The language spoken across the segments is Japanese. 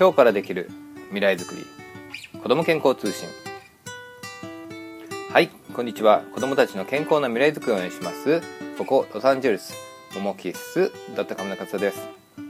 今日からできる未来づくり子ども健康通信。はい、こんにちは。子どもたちの健康な未来づくりを応援しますここロサンゼルスモモキッス.comの勝です。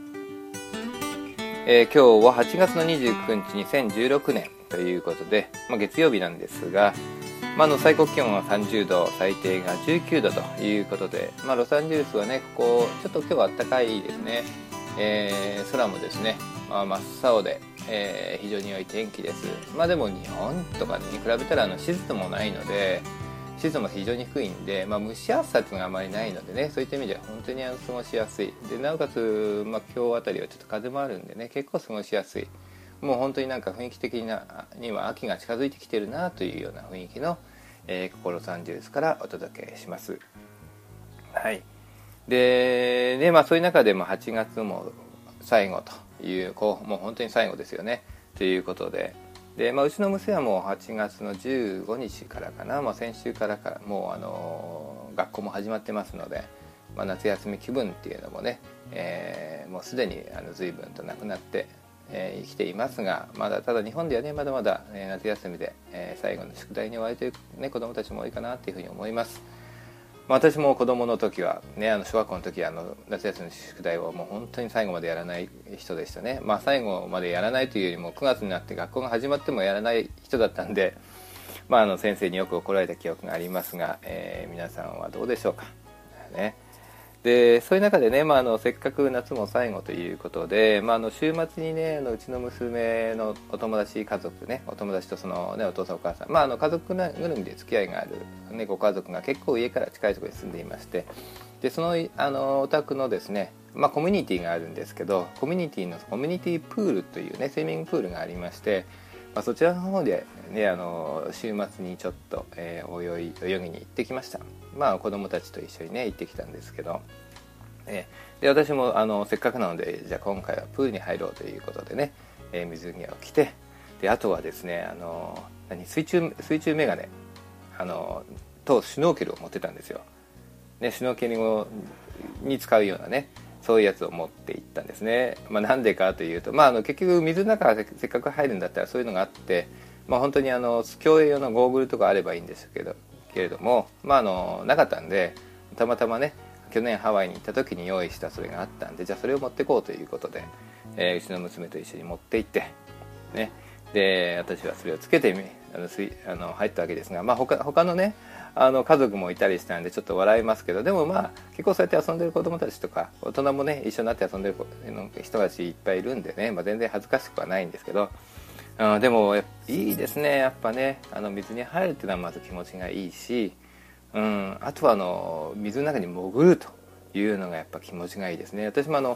今日は8月の29日2016年ということで、月曜日なんですが、最高気温は30度、最低が19度ということで、ロサンゼルスはね、ここちょっと今日は暖かいですね。空もですね、真っ青で、非常に良い天気です。でも日本とかに比べたら湿度もないので、湿度も非常に低いんで、蒸し暑さっていうのがあまりないのでね、そういった意味では本当に過ごしやすいで、なおかつ、今日あたりはちょっと風もあるんでね、結構過ごしやすい。もう本当に雰囲気的には秋が近づいてきてるなというような雰囲気の、ここロサンゼルスからお届けします。はい。で、そういう中でも8月も最後という、もう本当に最後ですよねということで、うちの娘はもう8月の15日からかな、先週からもう学校も始まってますので、夏休み気分っていうのもね、もうすでに随分となくなって生きていますが、ただ日本ではね、まだまだ夏休みで最後の宿題に追われている、子どもたちも多いかなというふうに思います。私も子供の時はね、小学校の時は夏休みの宿題をもう本当に最後までやらない人でしたね。最後までやらないというよりも9月になって学校が始まってもやらない人だったんで、先生によく怒られた記憶がありますが、皆さんはどうでしょうかね。で、そういう中でね、せっかく夏も最後ということで、週末にね、うちの娘のお友達家族ね、お友達とお父さんお母さん、家族ぐるみで付き合いがある、ご家族が結構家から近いところに住んでいまして、でそのお宅のですね、コミュニティがあるんですけど、コミュニティプールというね、スイミングプールがありまして、そちらの方でね、週末にちょっと、泳ぎに行ってきました。子供たちと一緒にね行ってきたんですけど、で私もせっかくなので、じゃあ今回はプールに入ろうということでね、水着を着て、であとはですね、水中メガネとシュノーケルを持ってたんですよ、ね、シュノーケリングに使うようなね、そういうやつを持って行ったんですね。なんでかというと、結局水の中せっかく入るんだったらそういうのがあって、本当に競泳用のゴーグルとかあればいいんですけれども、なかったんで、たまたまね、去年ハワイに行った時に用意したそれがあったんで、じゃあそれを持ってこうということで、うちの娘と一緒に持って行ってね、で私はそれをつけて入ったわけですが、他のね家族もいたりしたんでちょっと笑いますけど、でも結構そうやって遊んでる子供たちとか大人もね一緒になって遊んでる人たちいっぱいいるんでね、全然恥ずかしくはないんですけど、でもいいですね、やっぱね、水に入るっていうのはまず気持ちがいいし、あとは水の中に潜るというのがやっぱ気持ちがいいですね。私も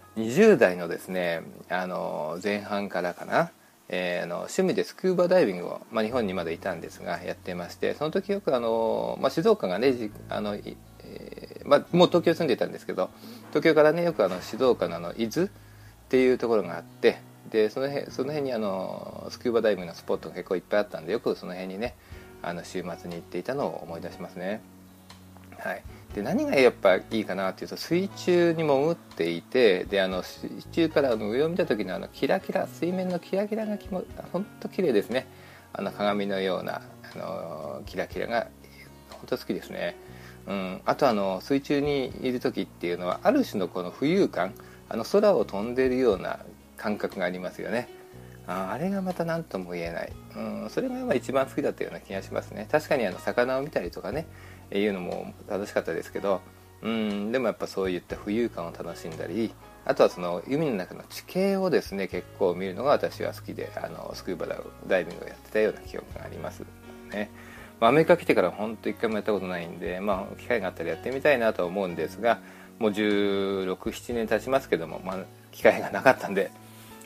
20代のですね、前半からかな、趣味でスクーバダイビングを、日本にまだいたんですがやってまして、その時よく静岡がねもう東京住んでいたんですけど、東京からねよく静岡の伊豆っていうところがあって、でその辺にスクーバダイビングのスポットが結構いっぱいあったんで、よくその辺にね週末に行っていたのを思い出しますね。はい。で何がやっぱいいかなというと、水中に潜っていて、で水中から上を見た時のキラキラ、水面のキラキラが本当綺麗ですね。鏡のようなキラキラが本当好きですね。あと水中にいる時っていうのはある種のこの浮遊感、空を飛んでいるような感覚がありますよね。あれがまた何とも言えない、それが今一番好きだったような気がしますね。確かに魚を見たりとかねいうのも楽しかったですけど、でもやっぱそういった浮遊感を楽しんだり、あとはその海の中の地形をですね結構見るのが私は好きで、スクーバダイビングをやってたような記憶がありますね。アメリカ来てから本当一回もやったことないんで、機会があったらやってみたいなとは思うんですが、もう16、7年経ちますけども、機会がなかったんで、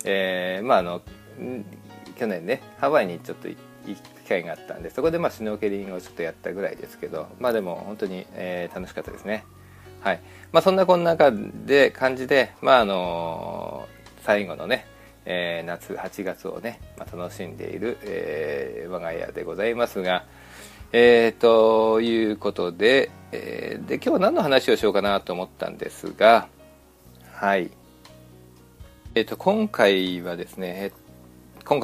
去年ねハワイにちょっと行く機会があったんで、そこでシュノーケリングをちょっとやったぐらいですけど、でも本当に、楽しかったですね。はい。そんなこんな感じで、最後のね、夏8月をね、楽しんでいる、我が家でございますが、ということで、今日は何の話をしようかなと思ったんですが、はい。 今回はですね、ゲ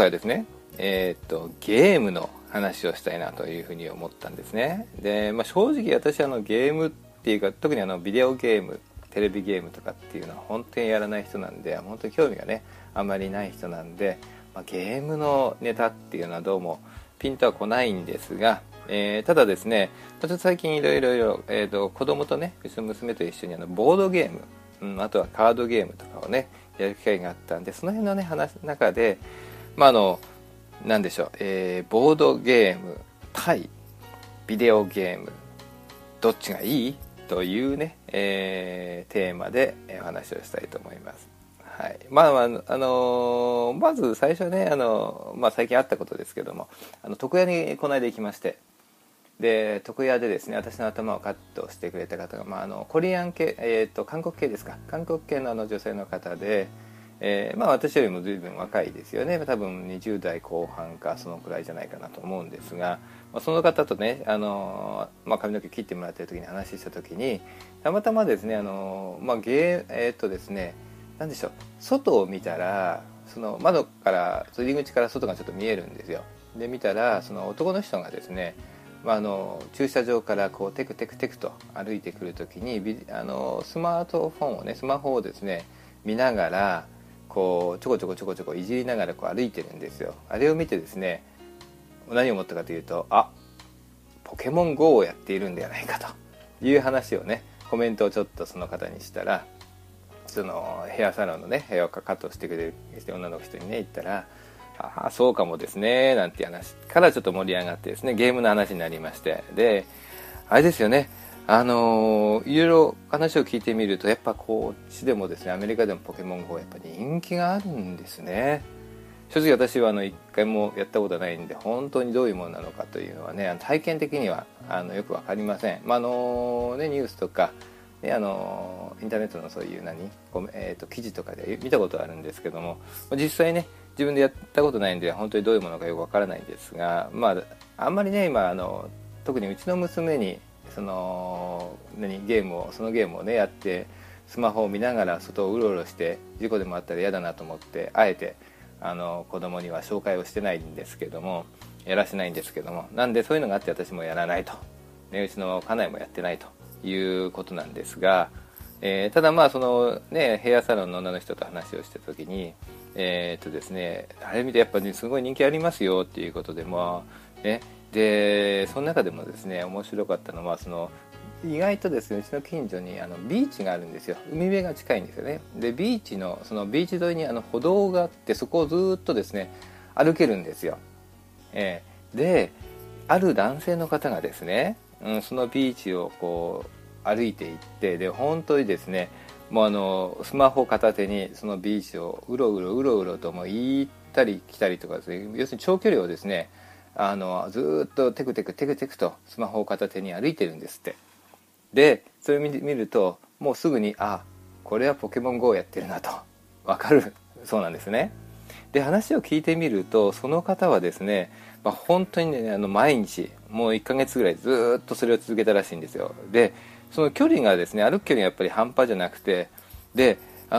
ームの話をしたいなというふうに思ったんですね。で、正直私ゲームっていうか、特にビデオゲーム、テレビゲームとかっていうのは本当にやらない人なんで、本当に興味がねあまりない人なんで、ゲームのネタっていうのはどうもピンとは来ないんですが、ただですね、ちょっと最近いろいろ子供とね、うちの娘と一緒にボードゲーム、あとはカードゲームとかをねやる機会があったんで、その辺のね話の中で、なんでしょう、ボードゲーム対ビデオゲームどっちがいいというね、テーマでお話をしたいと思います。はい、まず最初ね、最近あったことですけども、床屋にこの間行きまして、で床屋でですね、私の頭をカットしてくれた方が、コリアン系、韓国系ですか、韓国系の女性の方で、私よりも随分若いですよね。多分20代後半かそのくらいじゃないかなと思うんですが、その方とね、髪の毛切ってもらってる時に話した時に、たまたまですね、ですね、なんでしょう、外を見たら、その窓から入り口から外がちょっと見えるんですよ。で見たら、その男の人がですね、駐車場からこうテクテクテクと歩いてくる時に、スマホをですね見ながら、こうちょこちょこいじりながらこう歩いてるんですよ。あれを見てですね、何を思ったかというと、ポケモン GO をやっているんではないかという話をね、コメントをちょっとその方にしたら、そのヘアサロンのね、ヘアカットしてくれる女の人にね言ったら、そうかもですねなんて話からちょっと盛り上がってですね、ゲームの話になりまして、であれですよね、いろいろ話を聞いてみると、やっぱこっちでもですね、アメリカでもポケモン GO やっぱり人気があるんですね。正直私は一回もやったことないんで、本当にどういうものなのかというのはね、体験的にはよくわかりません。ニュースとか、インターネットのそういう記事とかで見たことあるんですけども、実際ね自分でやったことないんで本当にどういうものかよくわからないんですが、あんまりね今特にうちの娘にそのゲームをねやって、スマホを見ながら外をうろうろして事故でもあったら嫌だなと思って、あえて子供には紹介をしてないんですけども、やらせないんですけども、なんでそういうのがあって私もやらないと、うちの家内もやってないということなんですが、ただそのね、ヘアサロンの女の人と話をした時に、ですね、あれ見てやっぱり、すごい人気ありますよっていうことで、でその中でもですね面白かったのは、意外とですね、うちの近所にビーチがあるんですよ。海辺が近いんですよね。でビーチ沿いに歩道があって、そこをずっとですね歩けるんですよ。である男性の方がですね、そのビーチをこう歩いていって、で本当にですね、もうスマホ片手にそのビーチをうろうろと行ったり来たりとかですね、要するに長距離をですねずっとテクテクとスマホを片手に歩いてるんですって。でそれを見ると、もうすぐにこれはポケモン GO をやってるなと分かるそうなんですね。で話を聞いてみると、その方はですね、本当にね毎日もう1ヶ月ぐらいずっとそれを続けたらしいんですよ。でその距離がですね、歩く距離がやっぱり半端じゃなくて、で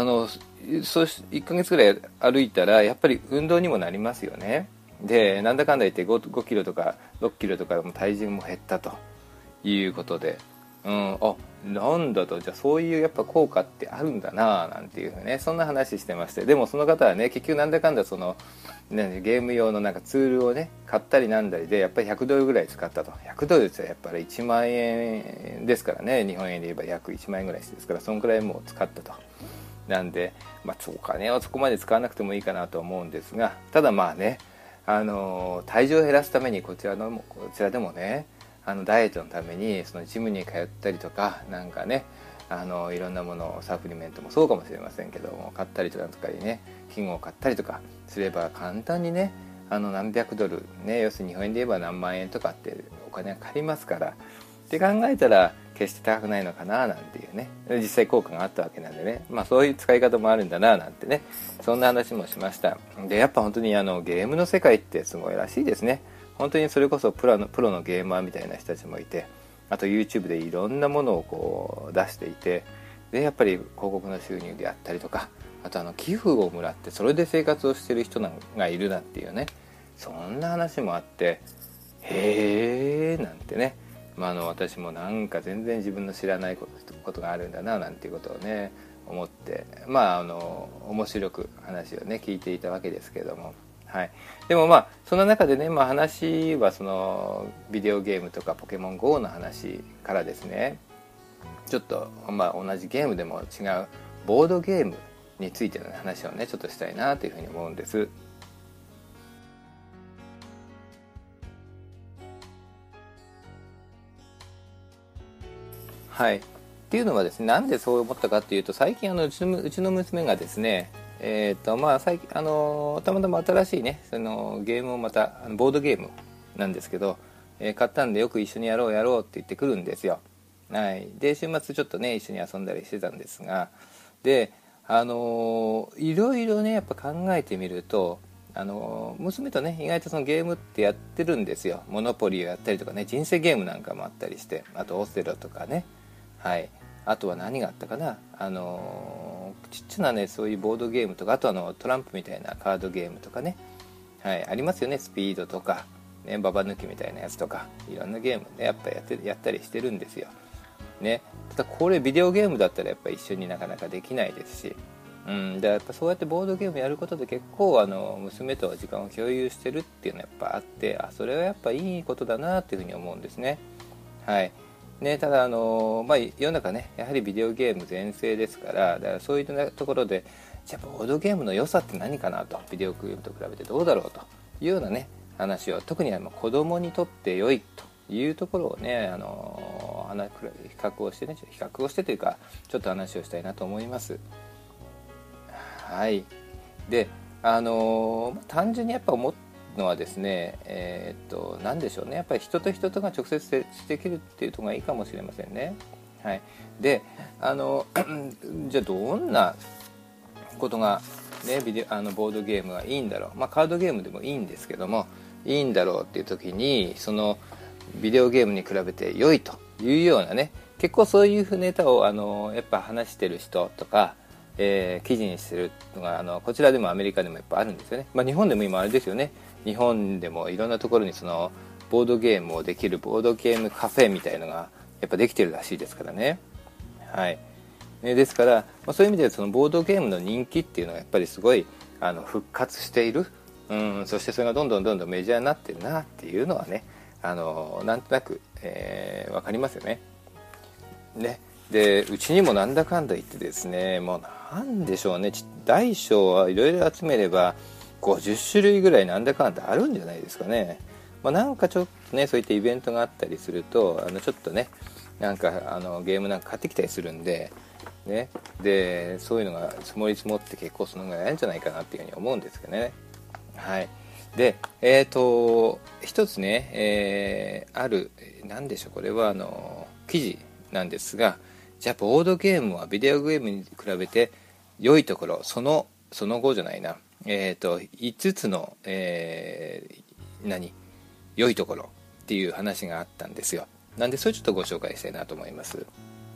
1ヶ月ぐらい歩いたらやっぱり運動にもなりますよね。でなんだかんだ言って 5キロとか6キロとかも体重も減ったということで、なんだと、じゃあそういうやっぱ効果ってあるんだななんていうね、そんな話してまして。でもその方はね、結局なんだかんだゲーム用のツールをね買ったりなんだりで、やっぱり$100ぐらい使ったと。$100ってやっぱり1万円ですからね、日本円で言えば約1万円ぐらいですから、そのくらいもう使ったと。なんでお金をそこまで使わなくてもいいかなと思うんですが、ただ体重を減らすためにこちらでもね、ダイエットのためにそのジムに通ったりとか、いろんなものを、サプリメントもそうかもしれませんけども買ったりとかにね、器具を買ったりとかすれば簡単にね、何百ドルね、要するに日本円で言えば何万円とかってお金がかかりますから、って考えたら決して高くないのかななんていうね、実際効果があったわけなんでね、そういう使い方もあるんだななんてね、そんな話もしました。でやっぱ本当にゲームの世界ってすごいらしいですね。本当にそれこそプロのゲーマーみたいな人たちもいて、あと YouTube でいろんなものをこう出していて、でやっぱり広告の収入であったりとか、 あと寄付をもらってそれで生活をしてる人がいるなんていうね、そんな話もあって、へーなんてね、私もなんか全然自分の知らないことがあるんだななんていうことをね思って、面白く話をね聞いていたわけですけれども、はい、でもその中でね、話はそのビデオゲームとかポケモン GO の話からですね、ちょっと同じゲームでも違うボードゲームについての話をねちょっとしたいなというふうに思うんです。はい、っていうのはですね、なんでそう思ったかっていうと、最近うちの娘がですね、最近たまたま新しいねそのゲームをまたボードゲームなんですけど、買ったんでよく一緒にやろうって言ってくるんですよ。はい、で週末ちょっとね一緒に遊んだりしてたんですが、でいろいろねやっぱ考えてみると、娘とね意外とそのゲームってやってるんですよ。モノポリーをやったりとかね、人生ゲームなんかもあったりして、あとオセロとかね、はい、あとは何があったかな、ちっちゃなねそういうボードゲームとか、あとトランプみたいなカードゲームとかね、はい、ありますよね。スピードとか、ね、ババ抜きみたいなやつとか、いろんなゲームねやっぱやったりしてるんですよ。ね、ただこれビデオゲームだったらやっぱ一緒になかなかできないですし、でやっぱそうやってボードゲームやることで結構娘と時間を共有してるっていうのはやっぱあって、それはやっぱいいことだなっていうふうに思うんですね。はいね、ただ世の中ねやはりビデオゲーム全盛ですから、だからそういうところでじゃあボードゲームの良さって何かなと、ビデオゲームと比べてどうだろうというようなね話を、特に子供にとって良いというところをね比較をしてというかちょっと話をしたいなと思います。はい。で単純にやっぱ思うのはですね、何でしょうね、やっぱり人と人とが直接接できるっていうところがいいかもしれませんね。はい。でじゃあどんなことがねボードゲームはいいんだろう、カードゲームでもいいんですけどもいいんだろうっていう時に、そのビデオゲームに比べて良いというようなね、結構そういうネタをやっぱ話してる人とか、記事にしてるのがこちらでもアメリカでもやっぱあるんですよね。日本でも今あれですよね、日本でもいろんなところにそのボードゲームをできるボードゲームカフェみたいのがやっぱできてるらしいですからね。はい。ですから、そういう意味でそのボードゲームの人気っていうのがやっぱりすごい復活している、そしてそれがどんどんメジャーになってるなっていうのはね、なんとなく、分かりますよね。でうちにもなんだかんだ言ってですね、もうなんでしょうね、大小はいろいろ集めれば50種類ぐらいなんだかんだあるんじゃないですかね。なんかちょっとねそういったイベントがあったりするとちょっとねなんかゲームなんか買ってきたりするんでね、でそういうのが積もり積もって結構そのぐらいあるんじゃないかなっていうふうに思うんですけどね。はい。で一つね、あるなんでしょう、これは記事なんですが、じゃあボードゲームはビデオゲームに比べて良いところ、その後じゃないな、5つの、良いところっていう話があったんですよ。なんでそれちょっとご紹介したいなと思います。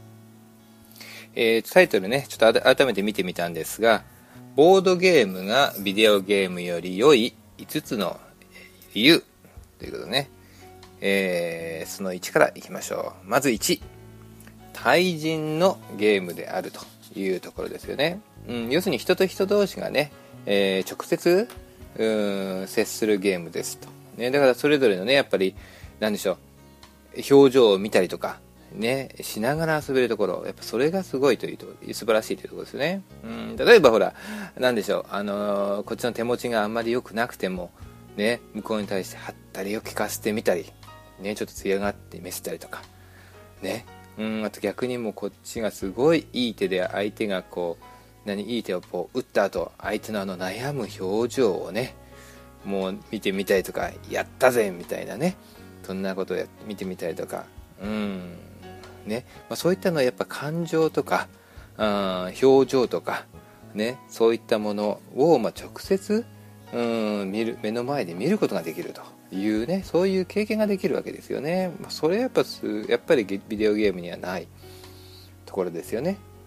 タイトルねちょっと改めて見てみたんですが、ボードゲームがビデオゲームより良い5つの理由ということね、その1からいきましょう。まず1、対人のゲームであるというところですよね。要するに人と人同士がね、直接接するゲームですと、ね、だからそれぞれのねやっぱり何でしょう、表情を見たりとかねしながら遊べるところ、やっぱそれがすごいという素晴らしいというところですよね。例えばほら何でしょう、こっちの手持ちがあんまり良くなくてもね向こうに対してハったりを聞かせてみたりね、ちょっと艶があって見せたりとかね、あと逆にもうこっちがすごいいい手で相手がこういい手をこう打った後相手の悩む表情をねもう見てみたりとか、やったぜみたいなね、そんなことを見てみたりとか、ね、そういったのはやっぱ感情とか表情とかね、そういったものを直接目の前で見ることができるというね、そういう経験ができるわけですよね。それやっぱりビデオゲームにはないところですよね。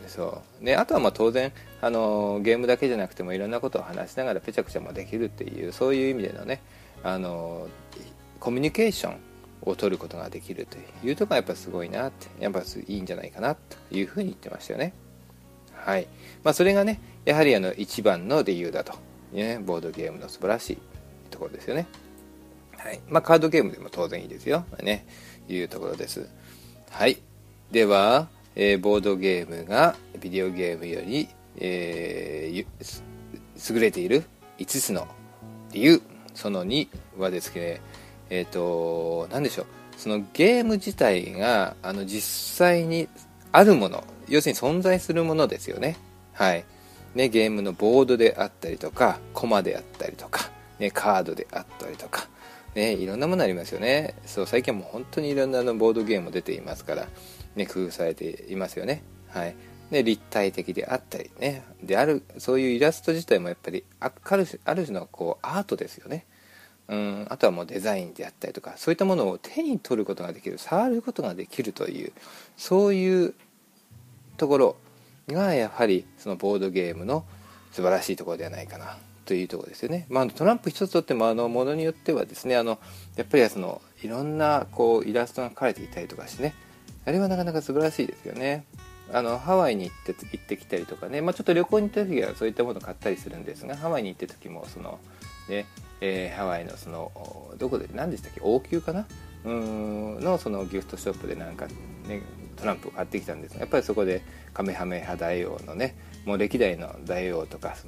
そうで、あとは当然ゲームだけじゃなくてもいろんなことを話しながらペチャクチャもできるっていう、そういう意味でのねコミュニケーションを取ることができるというところがやっぱすごいなって、やっぱいいんじゃないかなというふうに言ってましたよね。はい。それがねやはり一番の理由だと、ね、ボードゲームの素晴らしいところですよね。はい。カードゲームでも当然いいですよね、いうところです。はい。では、ボードゲームがビデオゲームより、優れている5つの理由、その2はですね、何でしょう、そのゲーム自体が実際にあるもの、要するに存在するものですよね。はいね、ゲームのボードであったりとか、コマであったりとか、ね、カードであったりとか、ね、いろんなものありますよね。そう最近はもう本当にいろんなボードゲームも出ていますから、ね、工夫されていますよね。はいで立体的であったりね、であるそういうイラスト自体もやっぱりある種のアートですよね。あとはもうデザインであったりとか、そういったものを手に取ることができる、触ることができるという、そういうところがやはりそのボードゲームの素晴らしいところではないかなというところですよね。トランプ一つとってもものによってはですね、やっぱりいろんなイラストが描かれていたりとかしてね、あれはなかなか素晴らしいですよね。ハワイに行ってきたりとかね、ちょっと旅行に行った時はそういったものを買ったりするんですが、ハワイに行った時もね、ハワイのどこで何でしたっけ、王宮かなのそのギフトショップでなんかねトランプを買ってきたんですが、やっぱりそこでカメハメハ大王のね、もう歴代の大王とか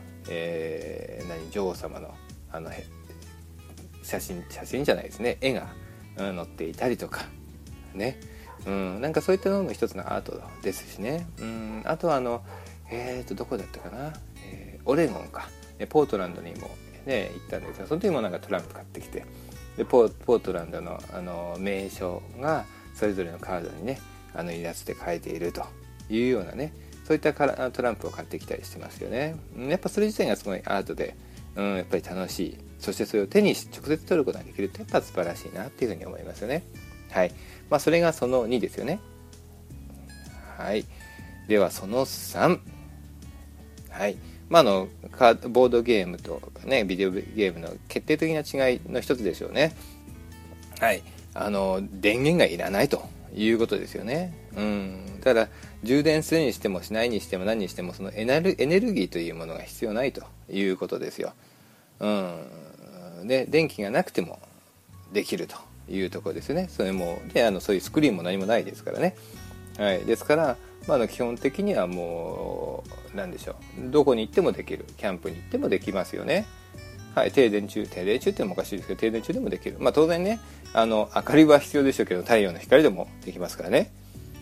女王様の写真じゃないですね、絵が載っていたりとかね、なんかそういったのも一つのアートですしね。あとはどこだったかな、オレゴンか、ポートランドにもね行ったんですが、その時もなんかトランプ買ってきて、でポートランドの名所がそれぞれのカードにねイラストで描いているというようなね、そういったトランプを買ってきたりしてますよね。やっぱそれ自体がすごいアートで、やっぱり楽しい、そしてそれを手に直接取ることができるってやっぱ素晴らしいなっていうふうに思いますよね。はい。それがその2ですよね。はい。ではその3。はい。ボードゲームとねビデオゲームの決定的な違いの一つでしょうね。はい。電源がいらないということですよね。だから充電するにしてもしないにしても何にしてもそのエネルギーというものが必要ないということですよ。で電気がなくてもできるというところですよね。それもでそういうスクリーンも何もないですからね。はい。ですから、基本的にはもう何でしょう、どこに行ってもできる、キャンプに行ってもできますよね。はい。停電中ってもおかしいですけど、停電中でもできる。当然ね明かりは必要でしょうけど、太陽の光でもできますからね。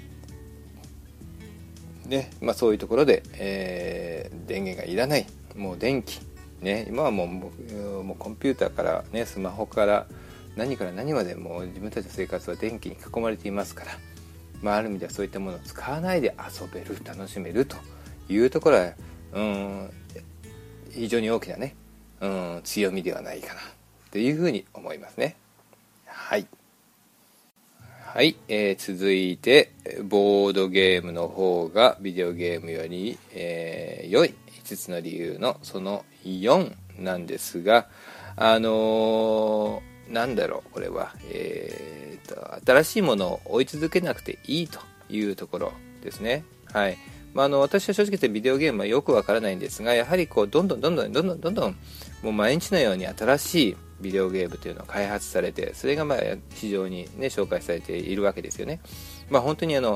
で、そういうところで、電源がいらない、もう電気ね、今はもうコンピューターからね、スマホから何から何までもう自分たちの生活は電気に囲まれていますから、ある意味ではそういったものを使わないで遊べる、楽しめるというところは非常に大きなね、強みではないかなというふうに思いますね。はいはい、続いてボードゲームの方がビデオゲームより、良い5つの理由のその4なんですが、なんだろうこれは、新しいものを追い続けなくていいというところですね。はい。私は正直言ってビデオゲームはよくわからないんですが、やはりどんどんもう毎日のように新しいビデオゲームというのが開発されて、それが非常にね紹介されているわけですよね。本当にそう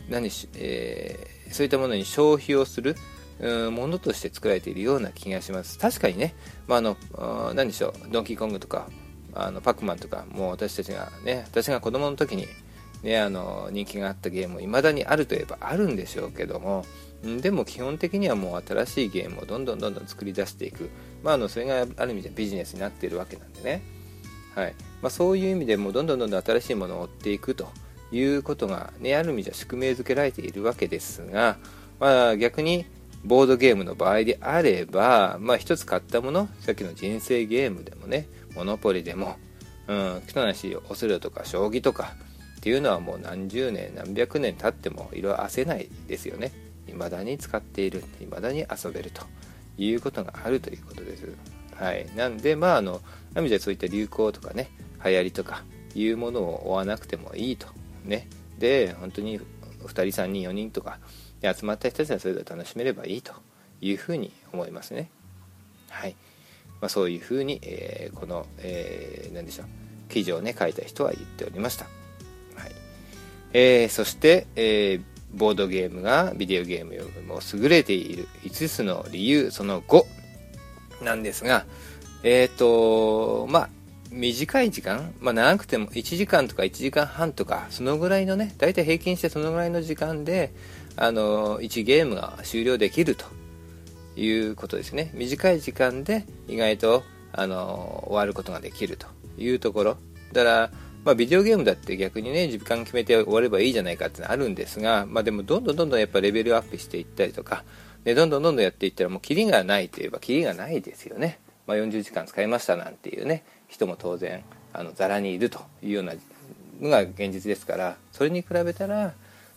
いったものに消費をするものとして作られているような気がします。確かにね、何でしょう、ドンキーコングとかパックマンとか、もう私が子供の時にね人気があったゲームも未だにあるといえばあるんでしょうけども、でも基本的にはもう新しいゲームをどんどん作り出していく、それがある意味でビジネスになっているわけなんでね。はい。そういう意味でもうどんどん新しいものを追っていくということがね、ある意味じゃ宿命づけられているわけですが、逆にボードゲームの場合であれば、一つ買ったもの、さっきの人生ゲームでもね、モノポリでも、ひとなしオセロとか将棋とかっていうのはもう何十年何百年経っても色褪せないですよね。 未だに使っている、未だに遊べるということがあるということです。はい、なんである意味でそういった流行とかね、流行りとかいうものを追わなくてもいいとね。で本当に2人3人4人とかで集まった人たちはそれで楽しめればいいというふうに思いますね。はい、そういうふうに、この、何でしょう、記事をね書いた人は言っておりました。はい、そして、ボードゲームがビデオゲームよりも優れている5つの理由その5なんですが、短い時間、長くても1時間とか1時間半とかそのぐらいのね、だいたい平均してそのぐらいの時間で1ゲームが終了できるということですね。短い時間で意外と終わることができるというところだから、ビデオゲームだって逆にね時間決めて終わればいいじゃないかってのあるんですが、でもどんどんやっぱレベルアップしていったりとかでどんどんやっていったらもうキリがないといえばキリがないですよね。40時間使いましたなんていうね人も当然ざらにいるというようなのが現実ですから、それに比べたら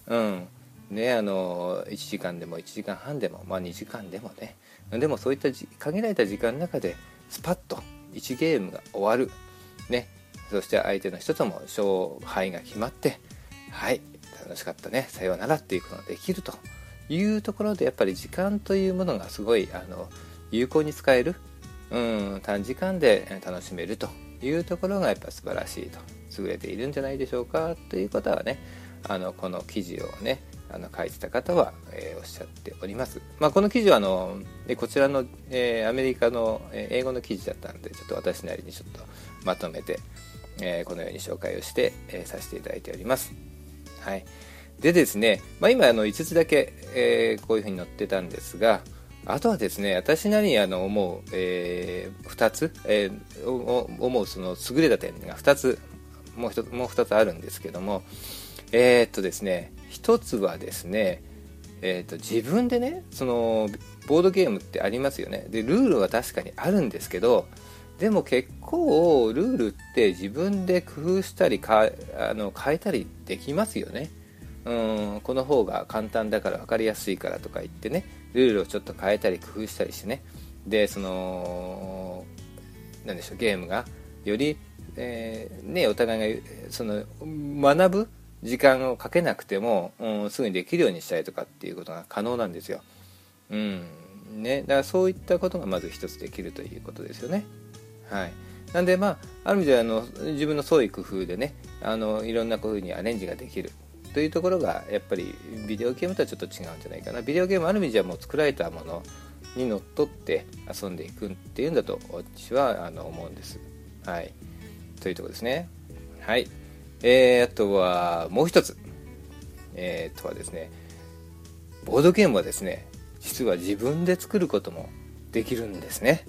1時間でも1時間半でも、2時間でもね、でもそういった限られた時間の中でスパッと1ゲームが終わるね。そして相手の人とも勝敗が決まって、はい楽しかったねさようならっていうことができるというところで、やっぱり時間というものがすごい有効に使える、短時間で楽しめるというところがやっぱ素晴らしいと、優れているんじゃないでしょうかということはね、この記事をね書いてた方は、おっしゃっております。この記事はこちらの、アメリカの英語の記事だったので、ちょっと私なりにちょっとまとめて、このように紹介をして、させていただいております。はい、でですね、今5つだけ、こういうふうに載ってたんですが、あとはですね、私なりに思う、2つ、思うその優れた点が2つもう2つあるんですけども、ですね、1つはですね、自分でねそのボードゲームってありますよね。でルールは確かにあるんですけど、でも結構ルールって自分で工夫したり変えたりできますよね。この方が簡単だから分かりやすいからとか言ってね、ルールをちょっと変えたり工夫したりしてね、でそのなんでしょう、ゲームがより、お互いがその学ぶ時間をかけなくても、すぐにできるようにしたりとかっていうことが可能なんですよ。だからそういったことがまず一つできるということですよね。はい、なんである意味では自分の創意工夫でねいろんなこういうふうにアレンジができるというところがやっぱりビデオゲームとはちょっと違うんじゃないかな。ビデオゲームある意味ではもう作られたものにのっとって遊んでいくっていうんだと私は思うんです。はい、というところですね。はい、あとはもう一つ、はですね、ボードゲームはですね実は自分で作ることもできるんですね。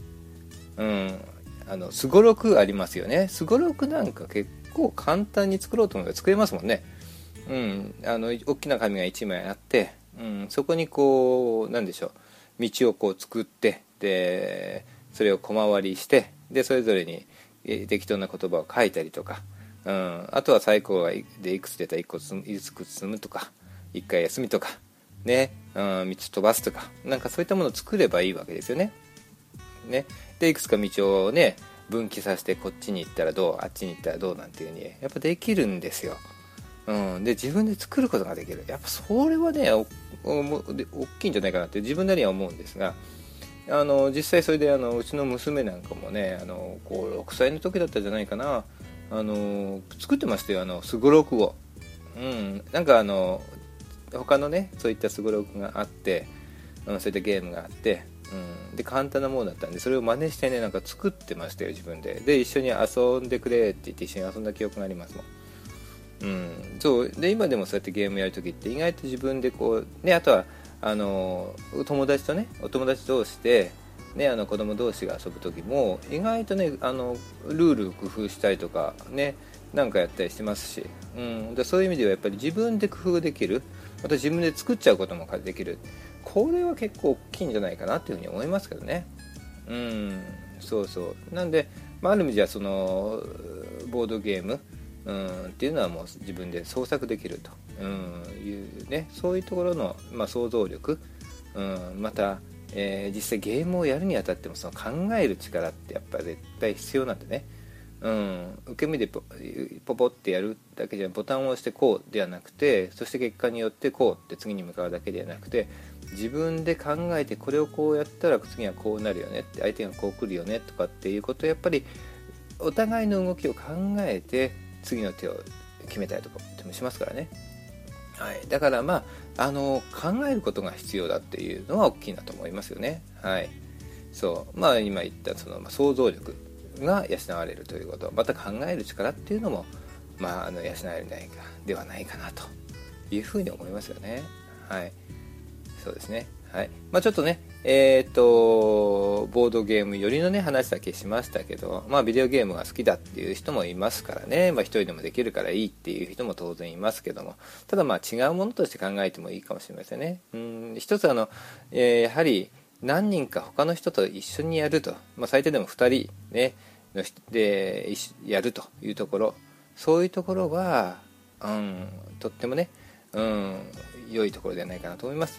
すごろくありますよね。すごろくなんか結構簡単に作ろうと思えば作れますもんね。大きな紙が1枚あって、そこにこうなんでしょう、道をこう作って、でそれを小回りして、でそれぞれに適当な言葉を書いたりとか、あとは最高でいくつ出たらいくつ積むとか、1回休みとかね、3つ飛ばすとか、なんかそういったものを作ればいいわけですよね。でいくつか道をね分岐させて、こっちに行ったらどう、あっちに行ったらどうなんていう風にやっぱできるんですよ。で自分で作ることができる。やっぱそれはね大きいんじゃないかなって自分なりには思うんですが、実際それでうちの娘なんかもねこう6歳の時だったんじゃないかな、作ってましたよ、すごろくを。なんか他のねそういったすごろくがあって、そういったゲームがあって、で簡単なものだったんでそれを真似してねなんか作ってましたよ自分で。で一緒に遊んでくれって言って一緒に遊んだ記憶がありますもん。そうで今でもそうやってゲームやるときって意外と自分でこうね、あとはお友達同士でね子供同士が遊ぶときも意外とねルール工夫したりとかねなんかやったりしてますし、でそういう意味ではやっぱり自分で工夫できる、また自分で作っちゃうこともできる、これは結構大きいんじゃないかなっていうふうに思いますけどね。そうなんで、ある意味じゃそのボードゲームっていうのはもう自分で創作できるというね、そういうところの、想像力、また、実際ゲームをやるにあたってもその考える力ってやっぱり絶対必要なんでね、受け身でポポってやるだけじゃボタンを押してこうではなくて、そして結果によってこうって次に向かうだけではなくて、自分で考えてこれをこうやったら次はこうなるよねって、相手がこう来るよねとかっていうことをやっぱりお互いの動きを考えて次の手を決めたりとかもしますからね。はい、だから考えることが必要だっていうのは大きいなと思いますよね。はい、そう今言ったその、想像力が養われるということ、また考える力っていうのも、養えるではないかなというふうに思いますよね。はい、そうですね。はい、ちょっとね、ボードゲーム寄りのね話だけしましたけど、ビデオゲームが好きだっていう人もいますからね、一人でもできるからいいっていう人も当然いますけども、ただ違うものとして考えてもいいかもしれませんね。一つやはり何人か他の人と一緒にやると、最低でも2人ねでやるというところ、そういうところは、とってもね、良いところではないかなと思います。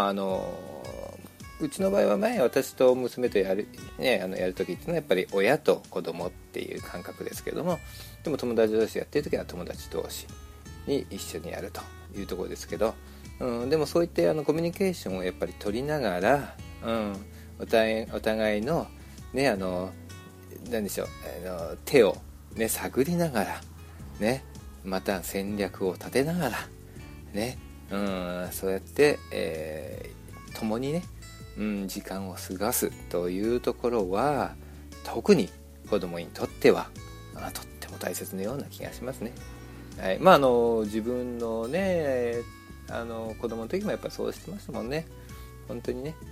うちの場合は私と娘とやる時っていうのはやっぱり親と子供っていう感覚ですけども、でも友達同士やってる時は友達同士に一緒にやるというところですけど、でもそういったコミュニケーションをやっぱり取りながら、お互いのね何でしょう、手をね探りながらね、また戦略を立てながらね、そうやって、共にね、時間を過ごすというところは特に子供にとってはとっても大切なような気がしますね。はい、自分のね子供の時もやっぱりそうしてましたもんね、本当にね。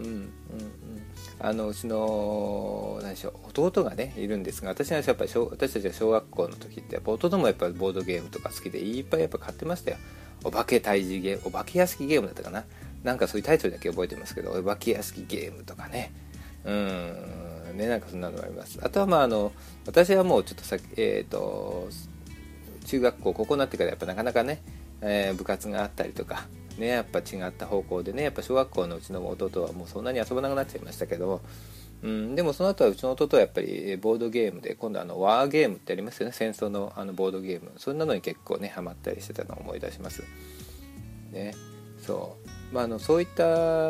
うちの弟がねいるんですが、私たちが小学校の時ってやっぱ弟もやっぱりボードゲームとか好きでいっぱいやっぱ買ってましたよ。お化け退治ゲーム、お化け屋敷ゲームだったかな、なんかそういうタイトルだけ覚えてますけど、お化け屋敷ゲームとかね、なんかそんなのがあります。あとは私はもうちょっと中学校高校になってからやっぱなかなかね、部活があったりとかね、やっぱ違った方向でね、やっぱ小学校のうちの弟はもうそんなに遊ばなくなっちゃいましたけど、でもその後はうちの弟はやっぱりボードゲームで、今度ワーゲームってありますよね、戦争のボードゲーム、そんなのに結構ねハマったりしてたのを思い出しますね。そういった、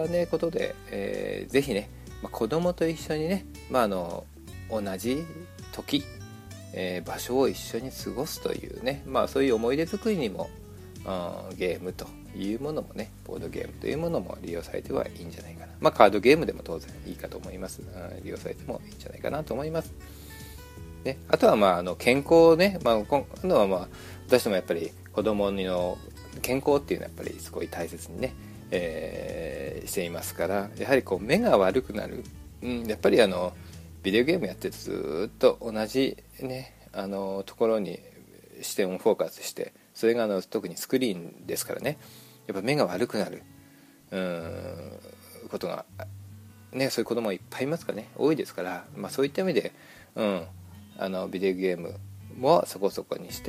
ね、ことで、ぜひね、子供と一緒にね、同じ時、場所を一緒に過ごすというね、そういう思い出作りにもゲームというものもね、ボードゲームというものも利用されてはいいんじゃないかな。カードゲームでも当然いいかと思います。利用されてもいいんじゃないかなと思います。ね、あとは健康ね、今度は私どもやっぱり子供の健康っていうのはやっぱりすごい大切にね、していますから、やはり目が悪くなる、やっぱりビデオゲームやってるとずっと同じねところに視点をフォーカスして、それが特にスクリーンですからね、やっぱ目が悪くなることがね、そういう子供いっぱいいますからね、多いですから、そういった意味で、ビデオゲームもそこそこにして、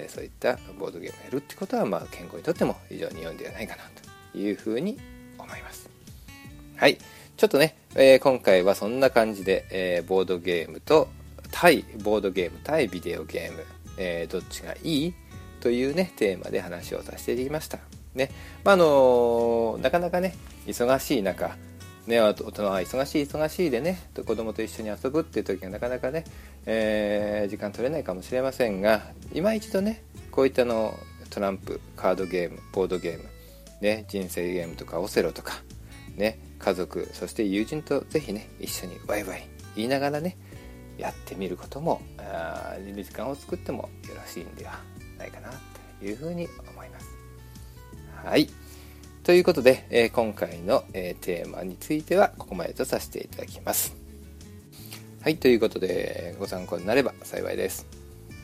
そういったボードゲームをやるってことは、健康にとっても非常に良いんではないかなというふうに思います。はい、ちょっとね、今回はそんな感じで、ボードゲームとボードゲーム対ビデオゲーム、どっちがいいというねテーマで話をさせていただきましたね。なかなかね忙しい中ね、大人は忙しいでね、子供と一緒に遊ぶっていう時はなかなかね、時間取れないかもしれませんが、今一度ねこういったトランプ、カードゲーム、ボードゲーム、ね、人生ゲームとかオセロとかね、家族そして友人とぜひね一緒にワイワイ言いながらねやってみることも、時間を作ってもよろしいんではないかなというふうに思います。はい、ということで、今回の、テーマについてはここまでとさせていただきます。はい、ということでご参考になれば幸いです。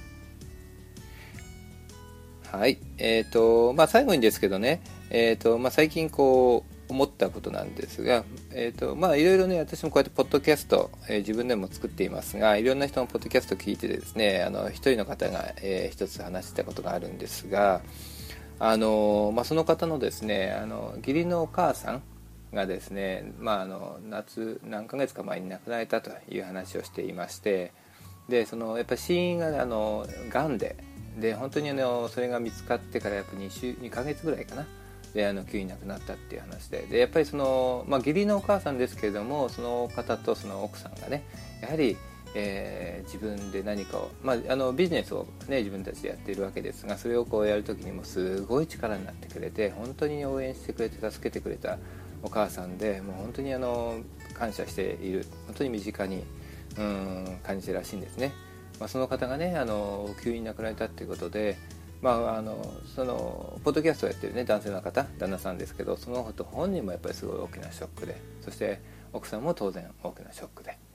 はい、最後にですけどね、最近思ったことなんですが、いろいろね、私もこうやってポッドキャスト、自分でも作っていますが、いろんな人のポッドキャストを聞いてですね、一人の方が、一つ話したことがあるんですが、 その方のですね義理のお母さんがですね、夏何ヶ月か前に亡くなられたという話をしていまして、でやっぱり死因ががんで本当にそれが見つかってからやっぱ2ヶ月ぐらいかなで急に亡くなったっていう話で、やっぱり義理のお母さんですけれども、その方とその奥さんがねやはり自分で何かを、ビジネスを、ね、自分たちでやっているわけですが、それをこうやる時にもすごい力になってくれて、本当に応援してくれて助けてくれたお母さんで、もう本当に感謝している、本当に身近に感じてるらしいんですね。その方がね急に亡くなられたっていうことで、そのポッドキャストをやってるね男性の方、旦那さんですけど、その人本人もやっぱりすごい大きなショックで、そして奥さんも当然大きなショックで、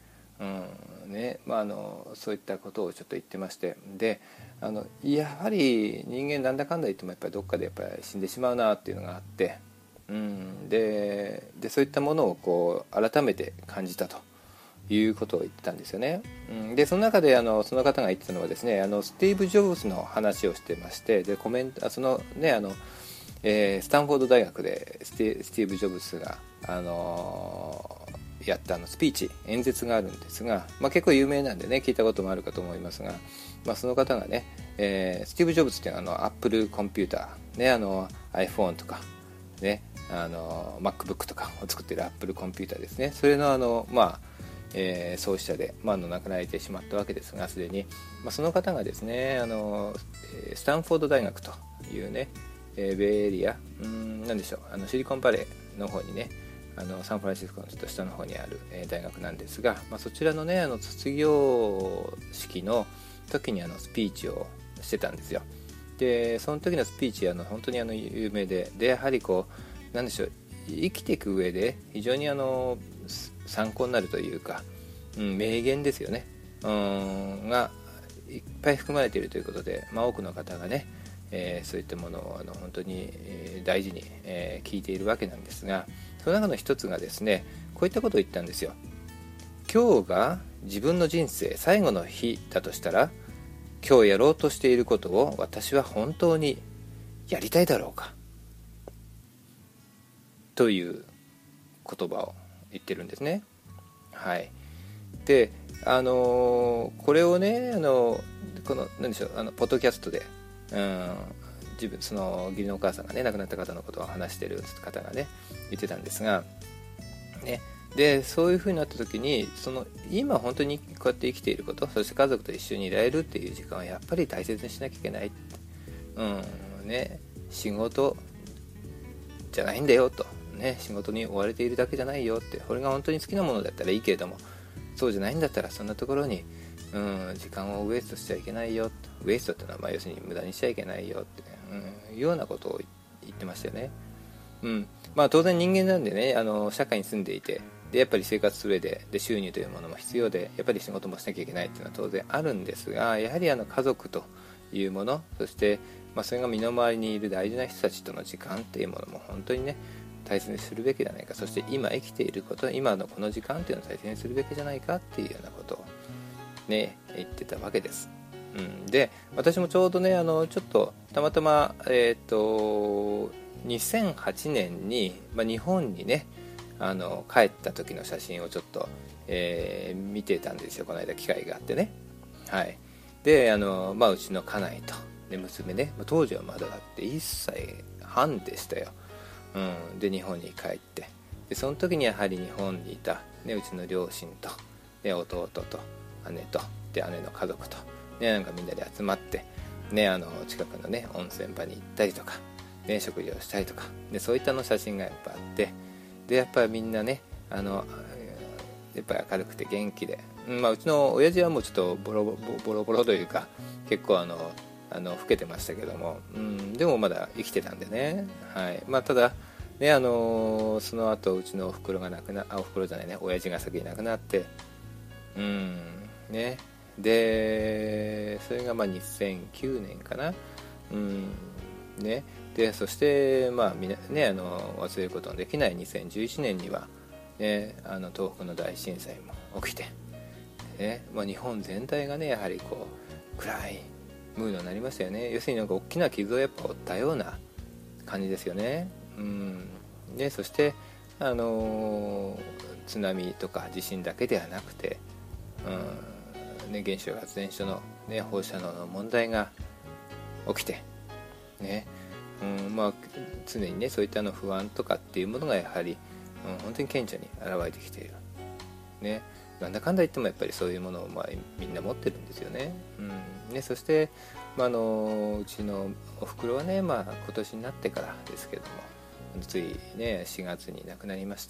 そういったことをちょっと言ってまして、でやはり人間なんだかんだ言ってもやっぱりどっかでやっぱり死んでしまうなっていうのがあって、でそういったものをこう改めて感じたということを言ってたんですよね。でその中でその方が言ってたのはですね、スティーブ・ジョブズの話をしてまして、でコメントスタンフォード大学でスティーブ・ジョブズがやったスピーチ演説があるんですが、結構有名なんでね聞いたこともあるかと思いますが、その方がね、スティーブ・ジョブズっていうのはアップルコンピューター、ね、iPhone とかねMacBook とかを作っているアップルコンピューターですね。それの創始者で、亡くなられてしまったわけですが、すでに、その方がですねスタンフォード大学というね、ベイエリアなんでしょう、シリコンバレーの方にねサンフランシスコのちょっと下の方にある、大学なんですが、そちらのね卒業式の時にスピーチをしてたんですよ。でその時のスピーチ本当に有名で、やはりこうなんでしょう、生きていく上で非常に参考になるというか、名言ですよね、がいっぱい含まれているということで、多くの方がね、そういったものを本当に大事に、聞いているわけなんですが、その中の一つがですねこういったことを言ったんですよ。今日が自分の人生最後の日だとしたら、今日やろうとしていることを私は本当にやりたいだろうか、という言葉を言ってるんですね。はい。でこれをねこの何でしょうポッドキャストで自分その義理のお母さんがね亡くなった方のことを話している方がね言ってたんですが、ね、でそういう風になった時に今本当にこうやって生きていること、そして家族と一緒にいられるっていう時間はやっぱり大切にしなきゃいけない、仕事じゃないんだよと、仕事に追われているだけじゃないよって、これが本当に好きなものだったらいいけれども、そうじゃないんだったらそんなところに、時間をウエストしちゃいけないよと、ウエストってのは要するに無駄にしちゃいけないよって、いうようなことを言ってましたよね。当然人間なんでね社会に住んでいて、でやっぱり生活する上で収入というものも必要で、やっぱり仕事もしなきゃいけないっていうのは当然あるんですが、やはり家族というもの、そして、それが身の回りにいる大事な人たちとの時間っていうものも本当にね大切にするべきじゃないか、そして今生きていること、今のこの時間っていうのを大切にするべきじゃないかっていうようなことをね言ってたわけです。で私もちょうどねちょっとたまたま2008年に、日本にね帰った時の写真をちょっと、見てたんですよ、この間機会があってね。はい。でうちの家内と、で娘ね、当時はまだだって1歳半でしたよ。で日本に帰って、でその時にやはり日本にいた、うちの両親と、弟と姉と、で姉の家族と、なんかみんなで集まって、近くのね温泉場に行ったりとか、食事をしたりとか、でそういった写真がやっぱあって、でやっぱりみんなねやっぱり明るくて元気で、うちの親父はもうちょっとボロボロというか結構老けてましたけども、でもまだ生きてたんでね。はい。ただねその後うちのお袋がお袋じゃないね、親父が先に亡くなって、ね、でそれが2009年かな、ね、でそしてみんなね忘れることのできない2011年には、ね、東北の大震災も起きて、ね、日本全体がねやはりこう暗いムードになりましたよね。要するになんか大きな傷をやっぱ負ったような感じですよね。でそして津波とか地震だけではなくて、原子力発電所の、放射能の問題が起きて、常にねそういった不安とかっていうものがやはり、本当に顕著に現れてきている、なんだかんだ言ってもやっぱりそういうものを、みんな持ってるんですよね。そして、うちのおふくろはね、今年になってからですけれども、ついね4月に亡くなりまして、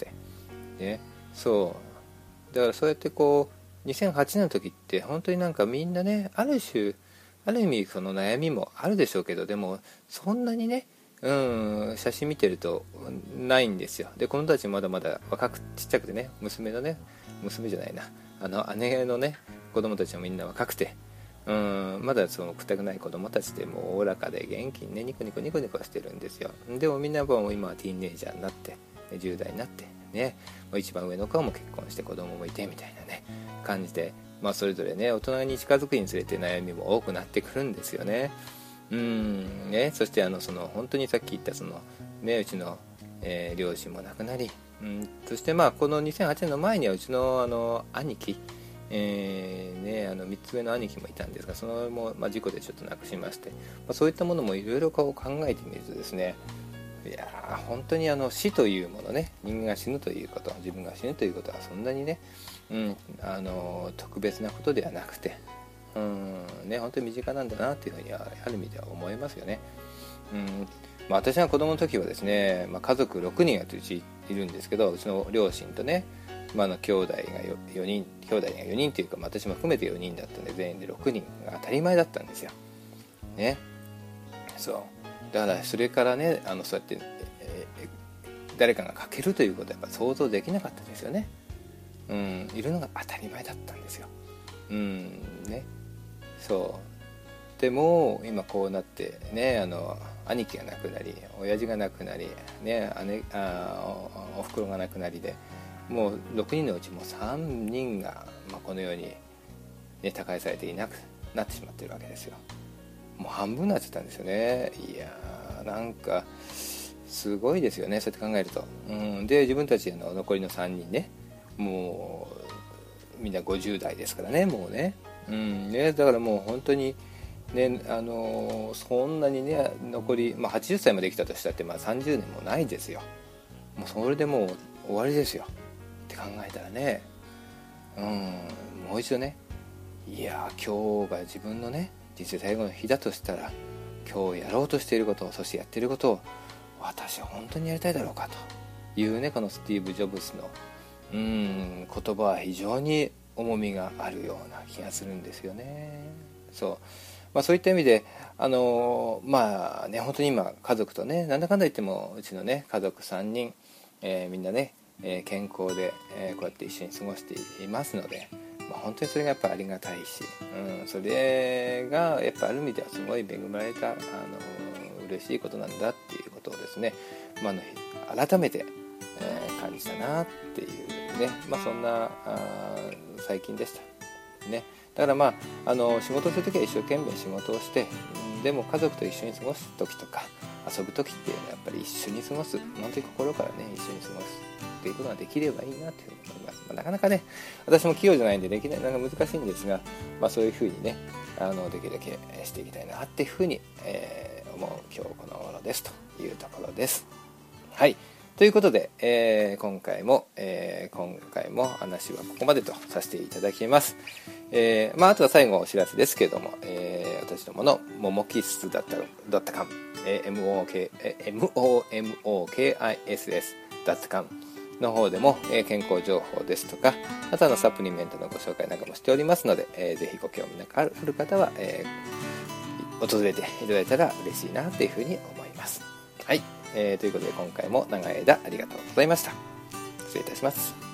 そうだからそうやってこう2008年の時って本当になんかみんなねある意味その悩みもあるでしょうけど、でもそんなにね写真見てるとないんですよ。で子供たちまだまだちっちゃくてね、娘じゃないな、姉のね子供たちもみんな若くて、まだそのくたくない子供たちでもうおおらかで元気にねニコニコしてるんですよ。でもみんなもう今はティーンエイジャーになって10代になってね、一番上の子も結婚して子供もいてみたいなね感じで、それぞれね大人に近づくにつれて悩みも多くなってくるんですよね。そしてその本当にさっき言ったうちの、両親も亡くなり、そしてこの2008年の前にはうちの兄貴、3つ上の兄貴もいたんですが、そのも、事故でちょっと亡くしまして、そういったものもいろいろ考えてみるとですね、いや本当に死というものね、人間が死ぬということ、自分が死ぬということはそんなにね、特別なことではなくて、本当に身近なんだなっていうふうにはある意味では思いますよね。私が子供の時はですね、家族6人がうちいるんですけど、うちの両親とね、兄弟が4人というか、私も含めて4人だったんで全員で6人が当たり前だったんですよ。そうだからそれからねそうやって、誰かが欠けるということはやっぱ想像できなかったですよね。いるのが当たり前だったんですよ。そうでも今こうなってね、兄貴が亡くなり親父が亡くなり、おふくろが亡くなりで、もう6人のうちも3人が、このように、他界されていなくなってしまっているわけですよ。もう半分になっちゃったんですよね。いやーなんかすごいですよね、そうやって考えると。で自分たちの残りの3人ね、もうみんな50代ですからね、もうね。だからもう本当にね、そんなにね残り、80歳まで生きたとしたって30年もないですよ。もうそれでもう終わりですよって考えたらね、もう一度ね、いや今日が自分のね人生最後の日だとしたら、今日やろうとしていることを、そしてやっていることを私は本当にやりたいだろうかというね、このスティーブ・ジョブズの言葉は非常に重みがあるような気がするんですよね。そういった意味で本当に今家族とね、なんだかんだ言ってもうちのね家族3人、みんなね、健康で、こうやって一緒に過ごしていますので、本当にそれがやっぱありがたいし、それがやっぱある意味ではすごい恵まれた嬉しいことなんだっていうことをですね、改めて、感じたなっていうね、そんな最近でしたね。だから仕事するときは一生懸命仕事をして、でも家族と一緒に過ごすときとか遊ぶときっていうのはやっぱり一緒に過ごす、本当に心からね一緒に過ごすっていうことができればいいなというふうに思います。なかなかね私も器用じゃないんでできない、なんか難しいんですが、そういうふうにねできるだけしていきたいなっていうふうに、思う今日この頃ですというところです。はい、ということで、今回も話はここまでとさせていただきます。あとは最後お知らせですけれども、私どものももキッス.com momokiss.com の方でも、健康情報ですとか、あとサプリメントのご紹介なんかもしておりますので、ぜひご興味のある方は、訪れていただいたら嬉しいなというふうに思います。はい、ということで今回も長い間ありがとうございました。失礼いたします。